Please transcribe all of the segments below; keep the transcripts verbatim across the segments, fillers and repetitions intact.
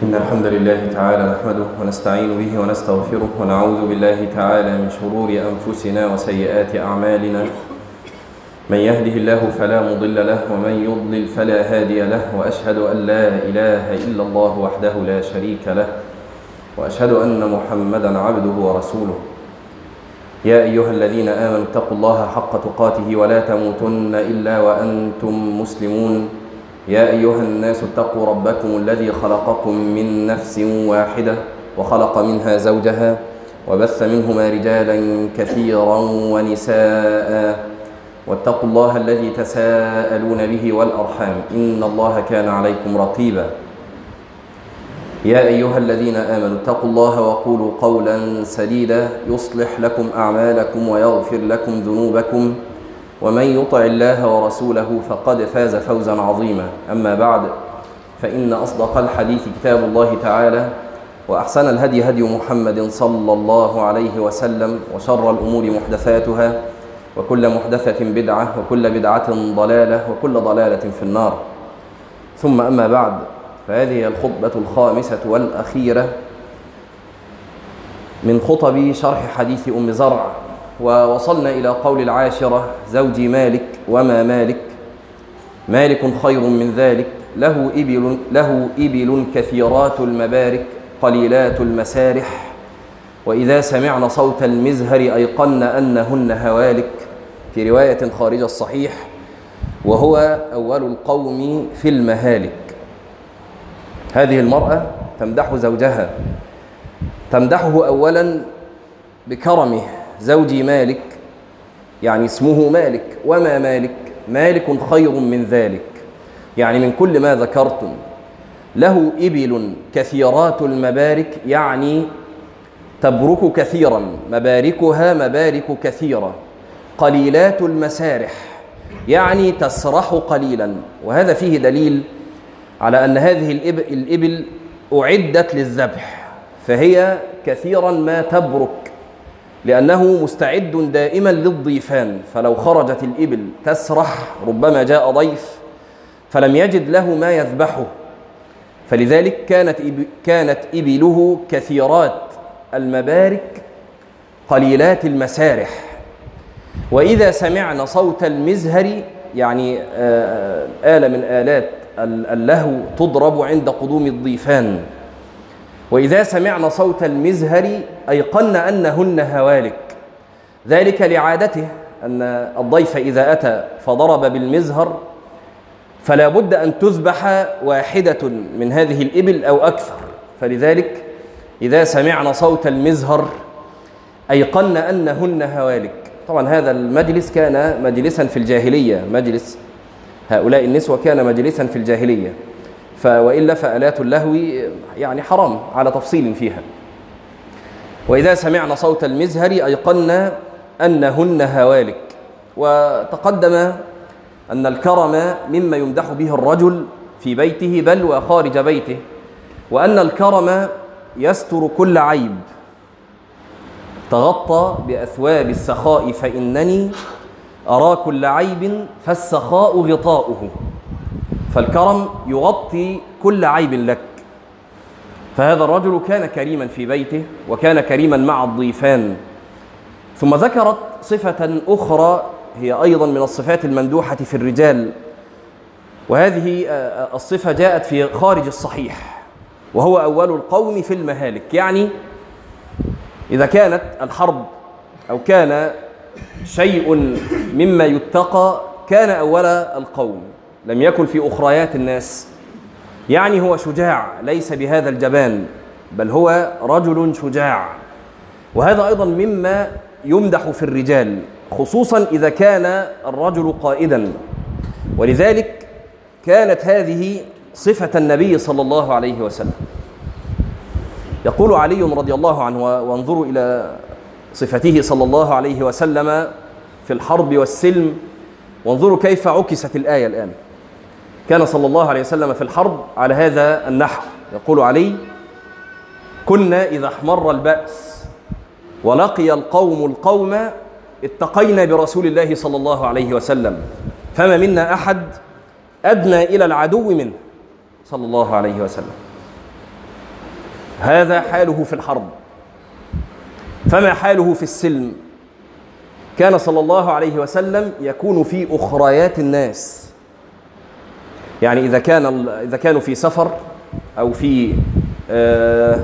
إن الحمد لله تعالى نحمده ونستعين به ونستغفره ونعوذ بالله تعالى من شرور أنفسنا وسيئات أعمالنا. من يهده الله فلا مضل له ومن يضلل فلا هادي له، وأشهد أن لا إله إلا الله وحده لا شريك له، وأشهد أن محمدًا عبده ورسوله. يا أيها الذين آمنوا اتقوا الله حق تقاته ولا تموتن إلا وأنتم مسلمون. يا أيها الناس اتقوا ربكم الذي خلقكم من نفس واحدة وخلق منها زوجها وبث منهما رجالا كثيرا ونساء، واتقوا الله الذي تساءلون به والأرحام إن الله كان عليكم رقيبا. يا أيها الذين آمنوا اتقوا الله وقولوا قولا سديدا يصلح لكم أعمالكم ويغفر لكم ذنوبكم، ومن يطع الله ورسوله فقد فاز فوزا عظيما. أما بعد، فإن أصدق الحديث كتاب الله تعالى، وأحسن الهدي هدي محمد صلى الله عليه وسلم، وشر الأمور محدثاتها، وكل محدثة بدعة، وكل بدعة ضلالة، وكل ضلالة في النار. ثم أما بعد، فهذه الخطبة الخامسة والأخيرة من خطب شرح حديث أم زرع، ووصلنا إلى قول العاشرة: زوجي مالك وما مالك، مالك خير من ذلك، له إبل, له إبل كثيرات المبارك قليلات المسارح، وإذا سمعن صوت المزهر أيقن أنهن هوالك، في رواية خارج الصحيح: وهو أول القوم في المهالك. هذه المرأة تمدح زوجها، تمدحه أولا بكرمه: زوجي مالك، يعني اسمه مالك، وما مالك، مالك خير من ذلك، يعني من كل ما ذكرتم. له إبل كثيرات المبارك، يعني تبرك كثيرا، مباركها مبارك كثيرة. قليلات المسارح، يعني تسرح قليلا، وهذا فيه دليل على أن هذه الإبل أعدت للذبح، فهي كثيرا ما تبرك، لأنه مستعد دائما للضيفان. فلو خرجت الإبل تسرح ربما جاء ضيف فلم يجد له ما يذبحه، فلذلك كانت كانت إبله كثيرات المبارك قليلات المسارح. وإذا سمعنا صوت المزهر، يعني آلة من آلات اللهو تضرب عند قدوم الضيفان، وإذا سمعنا صوت المزهر أيقن أنهن هوالك، ذلك لعادته أن الضيف إذا أتى فضرب بالمزهر فلا بد أن تذبح واحدة من هذه الإبل أو أكثر، فلذلك إذا سمعنا صوت المزهر أيقن أنهن هوالك. طبعا هذا المجلس كان مجلسا في الجاهلية، مجلس هؤلاء النسوة كان مجلسا في الجاهلية، وإلا فآلات اللهو يعني حرام على تفصيل فيها. وإذا سمعنا صوت المزهر أيقن أنهن هوالك. وتقدم أن الكرم مما يمدح به الرجل في بيته بل وخارج بيته، وأن الكرم يستر كل عيب. تغطى بأثواب السخاء فإنني أرى كل عيب فالسخاء غطاؤه، فالكرم يغطي كل عيب لك. فهذا الرجل كان كريما في بيته، وكان كريما مع الضيفان. ثم ذكرت صفة أخرى هي أيضا من الصفات الممدوحة في الرجال، وهذه الصفة جاءت في خارج الصحيح: وهو أول القوم في المهالك، يعني إذا كانت الحرب أو كان شيء مما يتقى كان أول القوم، لم يكن في أخريات الناس، يعني هو شجاع، ليس بهذا الجبان، بل هو رجل شجاع. وهذا أيضا مما يمدح في الرجال، خصوصا إذا كان الرجل قائدا. ولذلك كانت هذه صفة النبي صلى الله عليه وسلم. يقول علي رضي الله عنه، وانظروا إلى صفته صلى الله عليه وسلم في الحرب والسلم، وانظروا كيف عكست الآية الآن. كان صلى الله عليه وسلم في الحرب على هذا النحو. يقول علي: كنا إذا احمر البأس ولقي القوم القوم اتقينا برسول الله صلى الله عليه وسلم، فما منا أحد أدنى إلى العدو منه صلى الله عليه وسلم. هذا حاله في الحرب، فما حاله في السلم؟ كان صلى الله عليه وسلم يكون في أخريات الناس، يعني إذا كان إذا كانوا في سفر أو في آه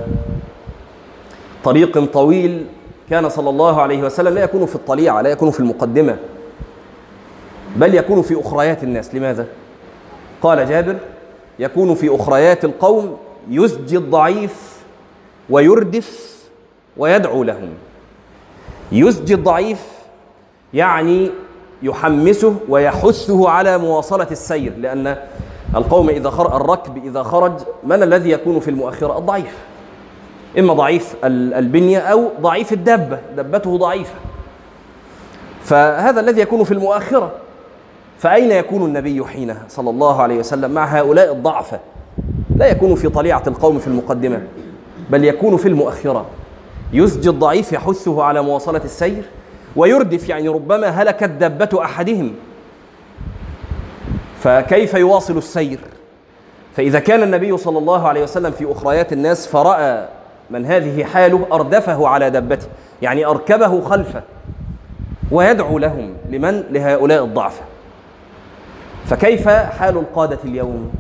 طريق طويل، كان صلى الله عليه وسلم لا يكون في الطليعة، لا يكون في المقدمة، بل يكون في أخريات الناس. لماذا؟ قال جابر: يكون في أخريات القوم يزجي الضعيف ويردف ويدعو لهم. يزجي الضعيف يعني يحمسه ويحثه على مواصلة السير، لأن القوم إذا خرج الركب إذا خرج من الذي يكون في المؤخرة؟ الضعيف، إما ضعيف البنية أو ضعيف الدابة، دابته ضعيفة، فهذا الذي يكون في المؤخرة. فأين يكون النبي حينها صلى الله عليه وسلم مع هؤلاء الضعفة؟ لا يكون في طليعة القوم في المقدمة، بل يكون في المؤخرة. يزجي الضعيف يحثه على مواصلة السير، ويردف يعني ربما هلكت دابة أحدهم، فكيف يواصل السير؟ فإذا كان النبي صلى الله عليه وسلم في أخريات الناس فرأى من هذه حاله أردفه على دابته، يعني أركبه خلفه ويدعو لهم. لمن؟ لهؤلاء الضعفة. فكيف حال القادة اليوم؟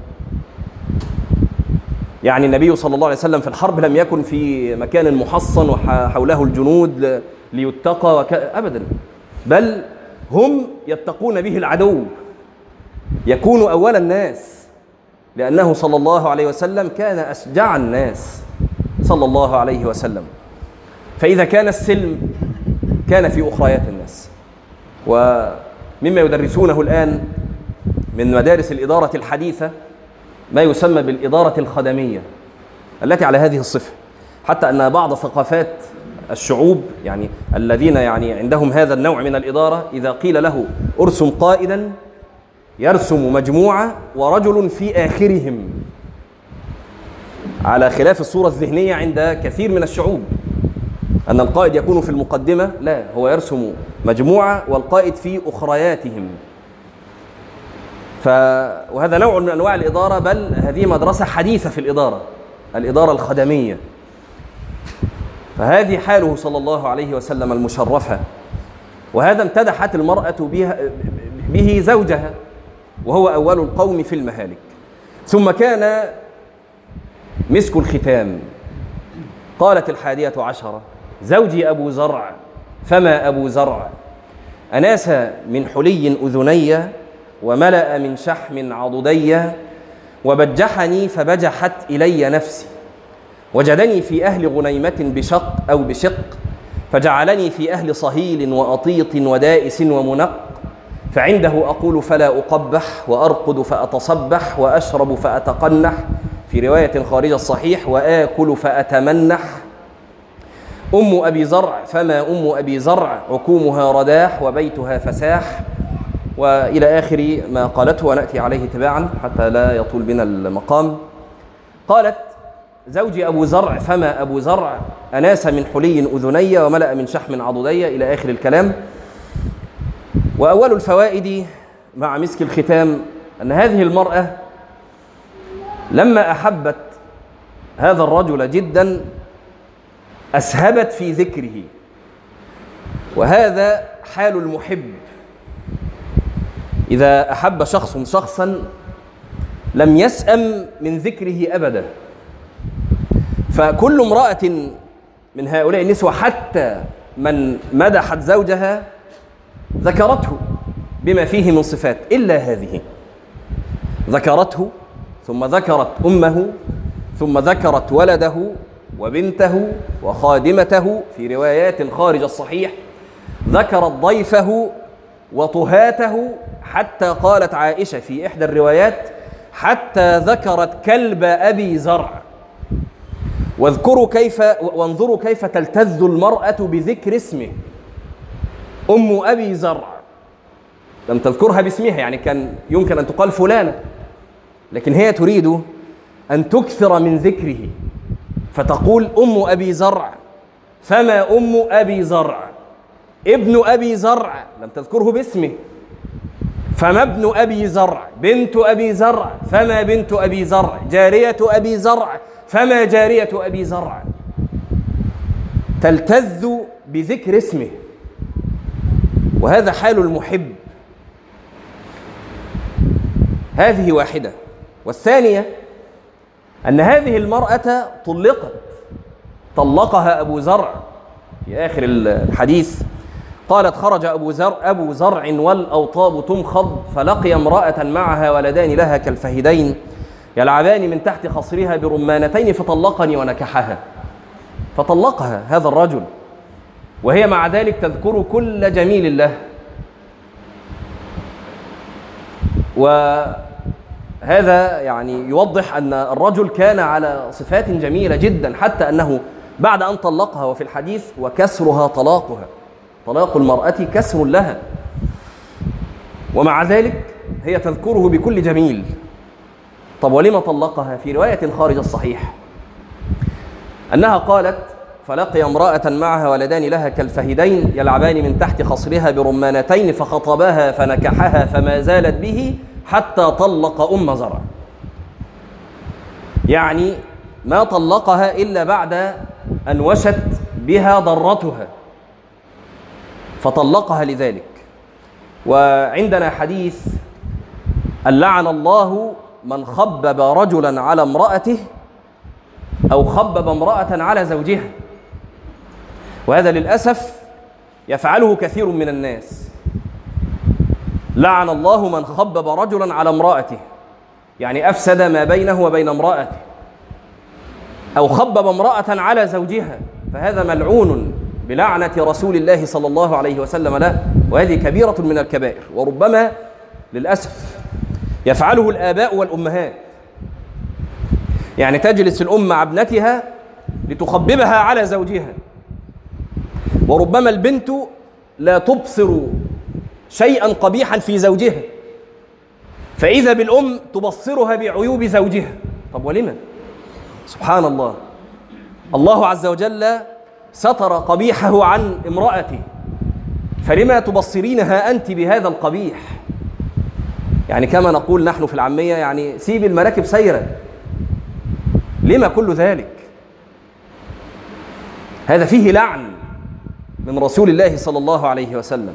يعني النبي صلى الله عليه وسلم في الحرب لم يكن في مكان محصن وحوله الجنود ليتقى وك... أبدا، بل هم يتقون به العدو، يكون أول الناس، لأنه صلى الله عليه وسلم كان أشجع الناس صلى الله عليه وسلم. فإذا كان السلم كان في أخريات الناس. ومما يدرسونه الآن من مدارس الإدارة الحديثة ما يسمى بالإدارة الخدمية التي على هذه الصفة، حتى أن بعض ثقافات الشعوب يعني الذين يعني عندهم هذا النوع من الإدارة إذا قيل له أرسم قائدا يرسم مجموعة ورجل في آخرهم، على خلاف الصورة الذهنية عند كثير من الشعوب أن القائد يكون في المقدمة. لا، هو يرسم مجموعة والقائد في أخرياتهم. ف... وهذا نوع من أنواع الإدارة، بل هذه مدرسة حديثة في الإدارة، الإدارة الخدمية. فهذه حاله صلى الله عليه وسلم المشرفة، وهذا امتدحت المرأة به, به زوجها، وهو أول القوم في المهالك. ثم كان مسك الختام. قالت الحادية عشرة: زوجي أبو زرع فما أبو زرع، أناس من حلي أذني وملأ من شحم عضدي، وبجحني فبجحت إلي نفسي، وجدني في أهل غنيمة بشق أو بشق، فجعلني في أهل صهيل وأطيط ودائس ومنق، فعنده أقول فلا أقبح، وأرقد فأتصبح، وأشرب فأتقنح، في رواية خارج الصحيح وآكل فأتمنح. أم أبي زرع فما أم أبي زرع، عكومها رداح وبيتها فساح، وإلى آخر ما قالته، ونأتي عليه تباعا حتى لا يطول بنا المقام. قالت: زوجي أبو زرع فما أبو زرع، أناس من حلي أذني وملأ من شحم عضدي، إلى آخر الكلام. وأول الفوائد مع مسك الختام أن هذه المرأة لما أحبت هذا الرجل جدا أسهبت في ذكره، وهذا حال المحب. إذا أحب شخص شخصا لم يسأم من ذكره أبدا. فكل امرأة من هؤلاء النسوة حتى من مدحت زوجها ذكرته بما فيه من صفات، إلا هذه ذكرته، ثم ذكرت أمه، ثم ذكرت ولده وبنته وخادمته، في روايات خارج الصحيح ذكرت ضيفه وطهاته، حتى قالت عائشة في إحدى الروايات حتى ذكرت كلب أبي زرع. واذكروا كيف وانظروا كيف تلتذ المرأة بذكر اسمه. أم أبي زرع لم تذكرها باسمها، يعني كان يمكن أن تقال فلانة، لكن هي تريد أن تكثر من ذكره، فتقول أم أبي زرع فما أم أبي زرع، ابن أبي زرع لم تذكره باسمه، فما ابن أبي زرع، بنت أبي زرع فما بنت أبي زرع، جارية أبي زرع فما جارية أبي زرع، تلتذ بذكر اسمه. وهذا حال المحب. هذه واحدة. والثانية أن هذه المرأة طلقت، طلقها أبو زرع في آخر الحديث. قالت: خرج أبو زرع أبو زرع والأوطاب تمخض، فلقي امرأة معها ولدان لها كالفهدين يلعبان من تحت خصرها برمانتين، فطلقني ونكحها. فطلقها هذا الرجل وهي مع ذلك تذكر كل جميل له. وهذا يعني يوضح أن الرجل كان على صفات جميلة جدا، حتى أنه بعد أن طلقها، وفي الحديث: وكسرها طلاقها، طلاق المرأة كسر لها، ومع ذلك هي تذكره بكل جميل. طب ولما طلقها؟ في رواية خارج الصحيح أنها قالت: فلقي امرأة معها ولدان لها كالفهدين يلعبان من تحت خصرها برمانتين، فخطبها فنكحها فما زالت به حتى طلق أم زرع. يعني ما طلقها إلا بعد أن وشت بها ضرتها، فطلقها لذلك. وعندنا حديث: أن لعن الله من خبب رجلا على امرأته أو خبب امرأة على زوجها. وهذا للأسف يفعله كثير من الناس. لعن الله من خبب رجلا على امرأته، يعني أفسد ما بينه وبين امرأته، أو خبب امرأة على زوجها، فهذا ملعون بلعنة رسول الله صلى الله عليه وسلم له. وهذه كبيرة من الكبائر، وربما للأسف يفعله الآباء والأمهات. يعني تجلس الأم مع ابنتها لتخببها على زوجها، وربما البنت لا تبصر شيئا قبيحا في زوجها، فإذا بالأم تبصرها بعيوب زوجها. طب ولما؟ سبحان الله، الله عز وجل ستر قبيحه عن امرأته، فلما تبصرينها أنت بهذا القبيح؟ يعني كما نقول نحن في العامية، يعني سيب المراكب سيرا، لما كل ذلك؟ هذا فيه لعن من رسول الله صلى الله عليه وسلم.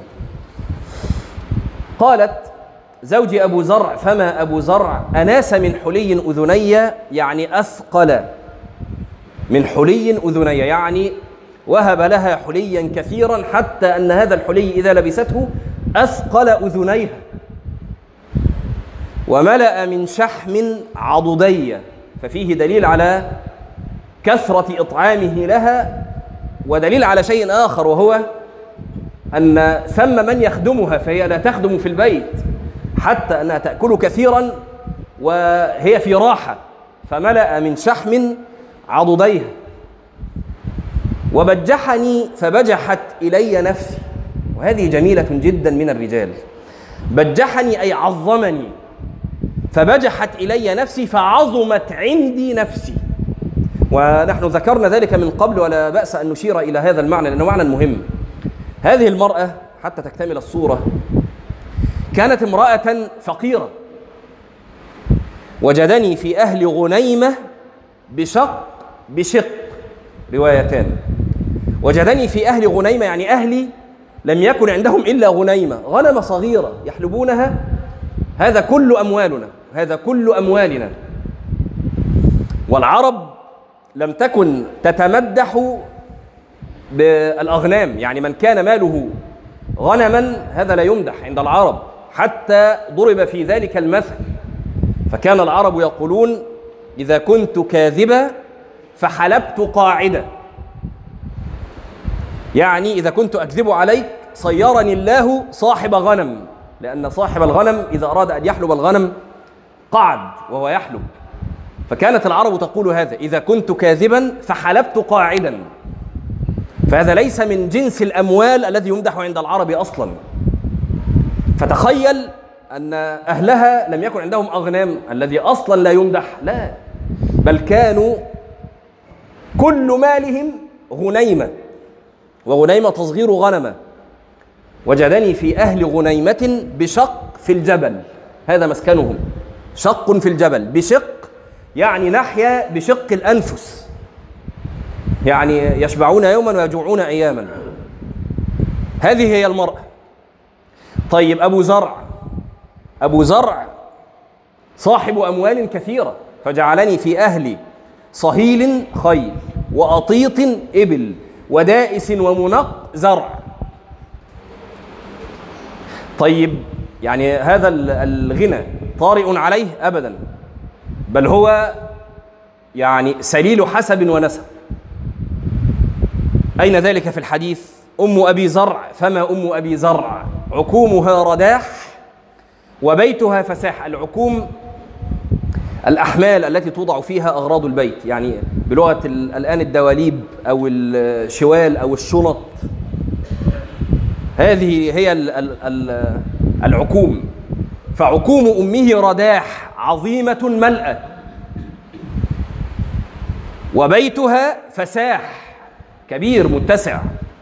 قالت: زوجي أبو زرع فما أبو زرع أناس من حلي أذني، يعني أثقل من حلي أذني، يعني وهب لها حليا كثيرا حتى أن هذا الحلي إذا لبسته أثقل أذنيها. وملأ من شحم عضدي، ففيه دليل على كثرة إطعامه لها، ودليل على شيء آخر، وهو أن ثم من يخدمها، فهي لا تخدم في البيت، حتى أنها تأكل كثيرا وهي في راحة. فملأ من شحم عضديها. وبجحني فبجحت إلي نفسي، وهذه جميلة جدا من الرجال. بجحني أي عظمني، فبجحت إلي نفسي فعظمت عندي نفسي. ونحن ذكرنا ذلك من قبل، ولا بأس أن نشير إلى هذا المعنى لأنه معنى مهم. هذه المرأة حتى تكتمل الصورة كانت امرأة فقيرة. وجدني في أهل غنيمة بشق بشق، روايتان. وجدني في أهل غنيمة يعني أهلي لم يكن عندهم إلا غنيمة، غنمة صغيرة يحلبونها. هذا كل أموالنا، هذا كل أموالنا. والعرب لم تكن تتمدح بالأغنام، يعني من كان ماله غنما هذا لا يمدح عند العرب، حتى ضرب في ذلك المثل. فكان العرب يقولون: إذا كنت كاذبة فحلبت قاعدة، يعني إذا كنت أكذب عليك صيرني الله صاحب غنم، لأن صاحب الغنم إذا أراد أن يحلب الغنم قعد وهو يحلب. فكانت العرب تقول هذا: إذا كنت كاذبا فحلبت قاعدا. فهذا ليس من جنس الأموال الذي يمدح عند العرب أصلا. فتخيل أن أهلها لم يكن عندهم أغنام الذي أصلا لا يمدح، لا، بل كانوا كل مالهم غنيمة، وغنيمة تصغير غنمة. وجدني في أهل غنيمة بشق في الجبل، هذا مسكنهم، شق في الجبل. بشق يعني نحيا بشق الأنفس، يعني يشبعون يوما ويجوعون أياما. هذه هي المرأة. طيب أبو زرع، أبو زرع صاحب أموال كثيرة، فجعلني في أهلي صهيل خيل وأطيط إبل ودائس ومنق زرع. طيب يعني هذا الغنى طارئ عليه؟ أبدا، بل هو يعني سليل حسب ونسب. أين ذلك في الحديث؟ أم أبي زرع فما أم أبي زرع عكومها رداح وبيتها فساح. العكوم الأحمال التي توضع فيها أغراض البيت، يعني بلغة الآن الدواليب أو الشوال أو الشنط، هذه هي العكوم. فعكوم أمه رداح عظيمة ملأة، وبيتها فساح كبير متسع.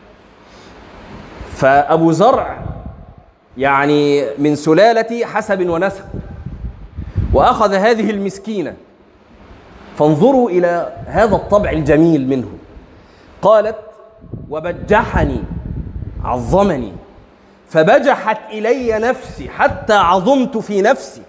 فأبو زرع يعني من سلالة حسب ونسب، وأخذ هذه المسكينة. فانظروا إلى هذا الطبع الجميل منه. قالت: وبجحني، عظمني، فبجحت إلي نفسي حتى عظمت في نفسي.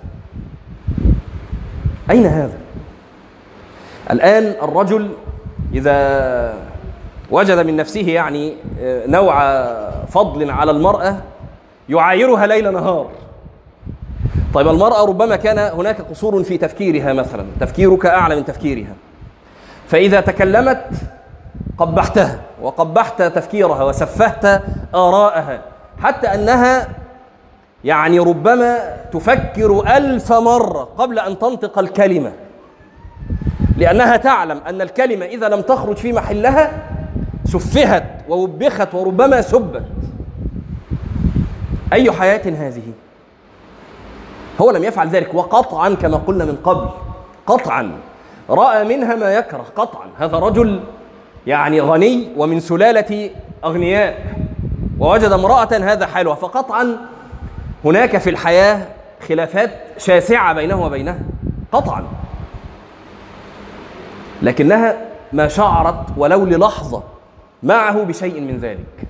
أين هذا؟ الآن الرجل إذا وجد من نفسه يعني نوع فضل على المرأة يعايرها ليل نهار. طيب المرأة ربما كان هناك قصور في تفكيرها، مثلا تفكيرك أعلى من تفكيرها، فإذا تكلمت قبحتها وقبحت تفكيرها وسفهت آراءها، حتى أنها يعني ربما تفكر ألف مرة قبل أن تنطق الكلمة، لأنها تعلم أن الكلمة إذا لم تخرج في محلها سفهت ووبخت وربما سبت. أي حياة هذه؟ هو لم يفعل ذلك، وقطعا كما قلنا من قبل، قطعا رأى منها ما يكره قطعا. هذا رجل يعني غني ومن سلالة أغنياء، ووجد امرأة هذا حالها، فقطعا هناك في الحياة خلافات شاسعة بينه وبينها قطعا، لكنها ما شعرت ولو للحظة معه بشيء من ذلك.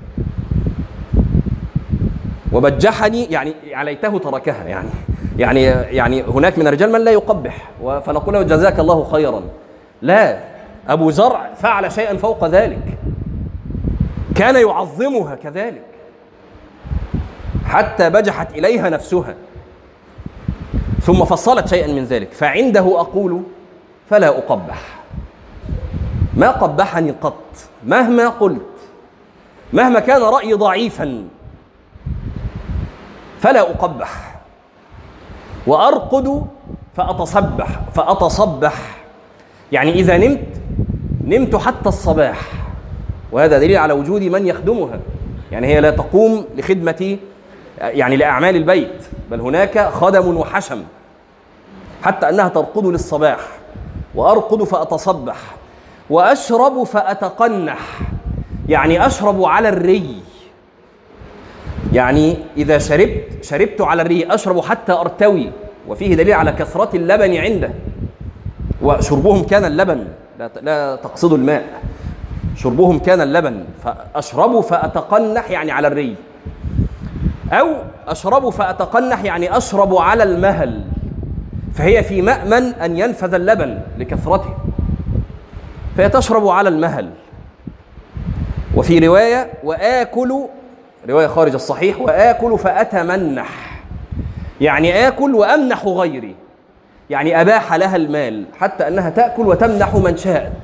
وبجحني يعني عليته تركها، يعني يعني يعني هناك من الرجال من لا يقبح فنقول له جزاك الله خيرا، لا، أبو زرع فعل شيئا فوق ذلك، كان يعظمها كذلك حتى بجحت إليها نفسها. ثم فصلت شيئا من ذلك: فعنده أقول فلا أقبح، ما قبحني قط مهما قلت، مهما كان رأيي ضعيفا فلا أقبح، وأرقد فأتصبح فأتصبح يعني إذا نمت نمت حتى الصباح، وهذا دليل على وجود من يخدمها. يعني هي لا تقوم لخدمة يعني لأعمال البيت، بل هناك خدم وحشم، حتى أنها ترقد للصباح. وأرقد فأتصبح وأشرب فأتقنح، يعني أشرب على الري، يعني إذا شربت شربت على الري، أشرب حتى أرتوي، وفيه دليل على كثرة اللبن عنده. وشربهم كان اللبن، لا, لا تقصد الماء، شربهم كان اللبن. فأشرب فأتقنح يعني على الري، أو أشرب فأتقنح يعني أشرب على المهل، فهي في مأمن أن ينفذ اللبن لكثرته، فهي تشرب على المهل. وفي رواية وآكل، رواية خارج الصحيح، وآكل فأتمنح يعني آكل وأمنح غيري، يعني أباح لها المال حتى أنها تأكل وتمنح من شاءت.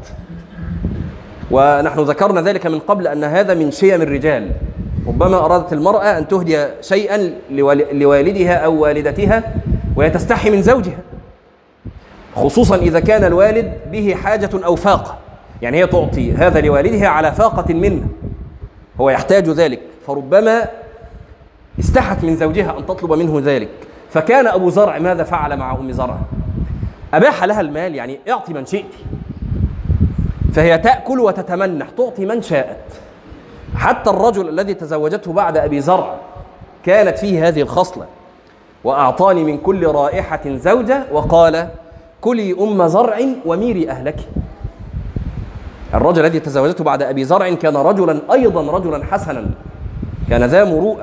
ونحن ذكرنا ذلك من قبل أن هذا من شيم الرجال. ربما أرادت المرأة أن تهدي شيئا لوالدها أو والدتها وهي تستحي من زوجها، خصوصا إذا كان الوالد به حاجة أو فاقة، يعني هي تعطي هذا لوالدها على فاقة منه، هو يحتاج ذلك، فربما استحت من زوجها أن تطلب منه ذلك. فكان أبو زرع ماذا فعل مع أم زرع؟ أباح لها المال، يعني اعطي من شئت، فهي تأكل وتتمنح، تعطي من شاءت. حتى الرجل الذي تزوجته بعد أبي زرع كانت فيه هذه الخصلة: وأعطاني من كل رائحة زوجة، وقال كلي أم زرع وميري أهلك. الرجل الذي تزوجته بعد أبي زرع كان رجلا أيضا رجلا حسنا، كان ذا مروءة.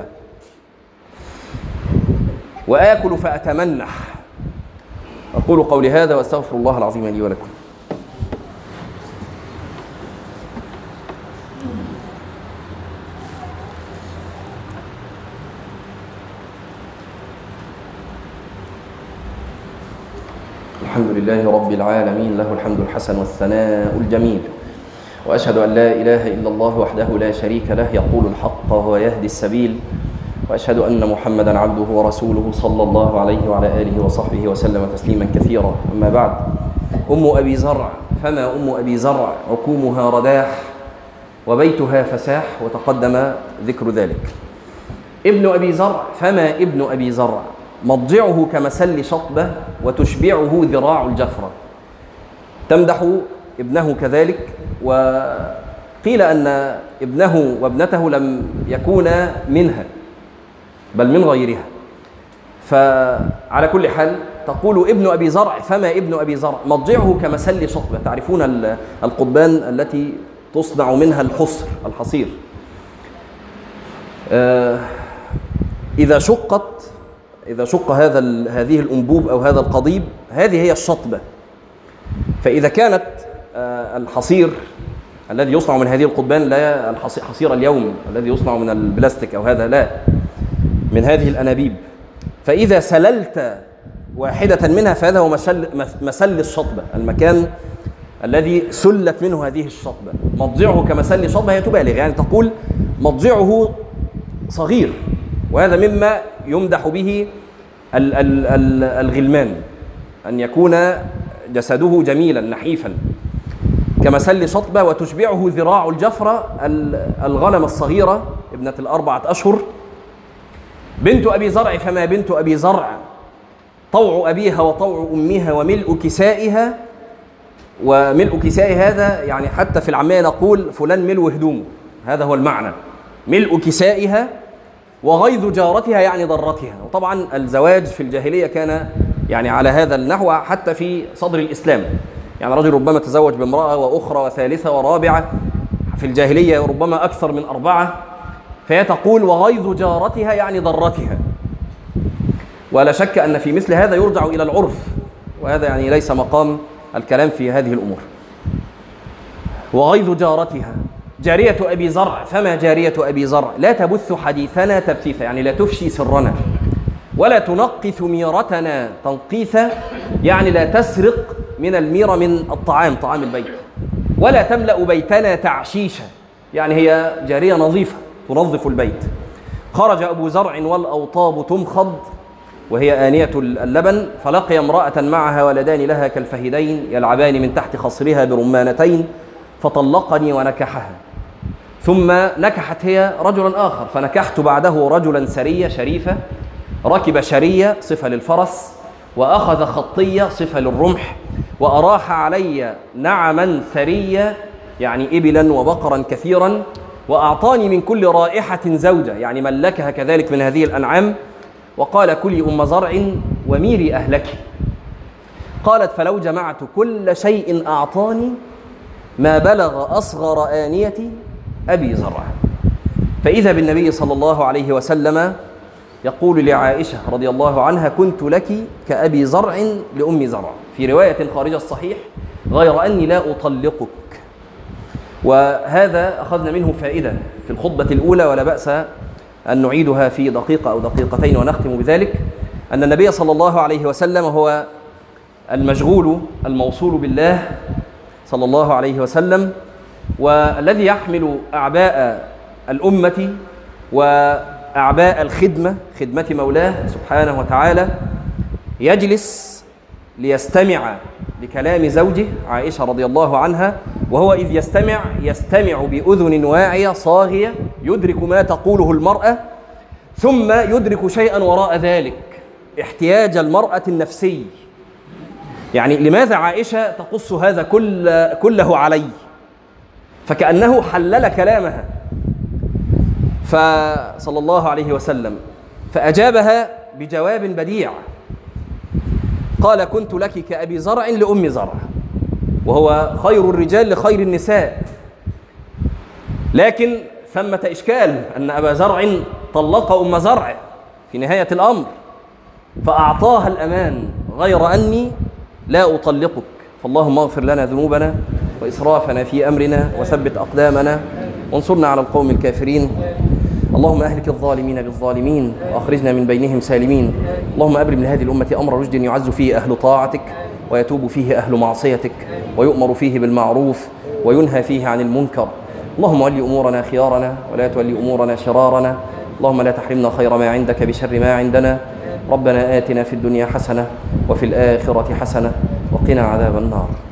وآكل فأتمنح. أقول قولي هذا وأستغفر الله العظيم لي ولكم. الحمد لله رب العالمين، له الحمد الحسن والثناء الجميل، وأشهد أن لا إله إلا الله وحده لا شريك له يقول الحق وهو يهدي السبيل، وأشهد أن محمدا عبده ورسوله صلى الله عليه وعلى آله وصحبه وسلم تسليما كثيرا. أما بعد، أم أبي زرع، فما أم أبي زرع؟ عكومها رداح وبيتها فساح، وتقدم ذكر ذلك. ابن أبي زرع، فما ابن أبي زرع؟ مضجعه كمسل شطبة وتشبعه ذراع الجفرة. تمدح ابنه كذلك، وقيل أن ابنه وابنته لم يكونا منها بل من غيرها. فعلى كل حال تقول ابن أبي زرع، فما ابن أبي زرع؟ مضجعه كمسل شطبة. تعرفون القضبان التي تصنع منها الحصر الحصير، إذا شقت إذا شق هذا هذه الأنبوب أو هذا القضيب، هذه هي الشطبة. فإذا كانت الحصير الذي يصنع من هذه القضبان، لا الحصير اليوم الذي يصنع من البلاستيك أو هذا، لا، من هذه الأنابيب، فإذا سللت واحدة منها فهذا هو مسل, مسل الشطبة، المكان الذي سلت منه هذه الشطبة. مضجعه كمسل شطبة، هي تبالغ، يعني تقول مضجعه صغير، وهذا مما يمدح به ال ال ال الغلمان، أن يكون جسده جميلا نحيفا كمسل شطبة. وتشبعه ذراع الجفرة، الغنم الصغيرة ابنة الأربعة أشهر. بنت أبي زرع، فما بنت أبي زرع؟ طوع أبيها وطوع أمها وملء كسائها. وملء كساء هذا يعني حتى في العامية نقول فلان ملء هدومه، هذا هو المعنى، ملء كسائها. وغيظ جارتها يعني ضرتها. وطبعا الزواج في الجاهلية كان يعني على هذا النحو حتى في صدر الإسلام، يعني رجل ربما تزوج بامرأة وأخرى وثالثة ورابعة، في الجاهلية ربما أكثر من أربعة، فهي تقول وغيظ جارتها يعني ضرتها. ولا شك أن في مثل هذا يرجع إلى العرف، وهذا يعني ليس مقام الكلام في هذه الأمور. وغيظ جارتها. جارية أبي زرع، فما جارية أبي زرع؟ لا تبث حديثنا تبثيثا، يعني لا تفشي سرنا، ولا تنقث ميرتنا تنقيثا، يعني لا تسرق من الميرة من الطعام، طعام البيت، ولا تملأ بيتنا تعشيشا، يعني هي جارية نظيفة تنظف البيت. خرج أبو زرع والأوطاب تمخض، وهي آنية اللبن، فلقي امرأة معها ولدان لها كالفهدين يلعبان من تحت خصرها برمانتين، فطلقني ونكحها. ثم نكحت هي رجلا آخر، فنكحت بعده رجلا سرية شريفة، ركب شرية صفة للفرس، وأخذ خطية صفة للرمح، وأراح علي نعما ثرية يعني إبلا وبقرا كثيرا، وأعطاني من كل رائحة زوجة، يعني ملكها كذلك من هذه الأنعام، وقال كلي أم زرع وميري أهلك. قالت فلو جمعت كل شيء أعطاني ما بلغ أصغر آنية أبي زرع. فإذا بالنبي صلى الله عليه وسلم يقول لعائشة رضي الله عنها كنت لك كأبي زرع لأم زرع، في رواية خارج الصحيح غير أني لا أطلقك. وهذا أخذنا منه فائدة في الخطبة الأولى، ولا بأس أن نعيدها في دقيقة أو دقيقتين ونختم بذلك، أن النبي صلى الله عليه وسلم هو المشغول الموصول بالله صلى الله عليه وسلم، والذي يحمل أعباء الأمة وأعباء الخدمة، خدمة مولاه سبحانه وتعالى، يجلس ليستمع لكلام زوجه عائشة رضي الله عنها، وهو إذ يستمع يستمع بأذن واعية صاغية يدرك ما تقوله المرأة، ثم يدرك شيئا وراء ذلك، احتياج المرأة النفسي. يعني لماذا عائشة تقص هذا كل كله علي؟ فكأنه حلل كلامها فصلى الله عليه وسلم، فأجابها بجواب بديع، قال كنت لك كأبي زرع لأم زرع، وهو خير الرجال لخير النساء. لكن ثمة إشكال أن أبا زرع طلق أم زرع في نهاية الأمر، فأعطاها الأمان غير أني لا أطلقك. فاللهم اغفر لنا ذنوبنا وإسرافنا في أمرنا وثبت أقدامنا وانصرنا على القوم الكافرين. اللهم أهلك الظالمين بالظالمين وأخرجنا من بينهم سالمين. اللهم أبرم لهذه الأمة أمر رشد يعز فيه أهل طاعتك ويتوب فيه أهل معصيتك ويؤمر فيه بالمعروف وينهى فيه عن المنكر. اللهم ولي أمورنا خيارنا ولا تولي أمورنا شرارنا. اللهم لا تحرمنا خير ما عندك بشر ما عندنا. ربنا آتنا في الدنيا حسنة وفي الآخرة حسنة وقنا عذاب النار.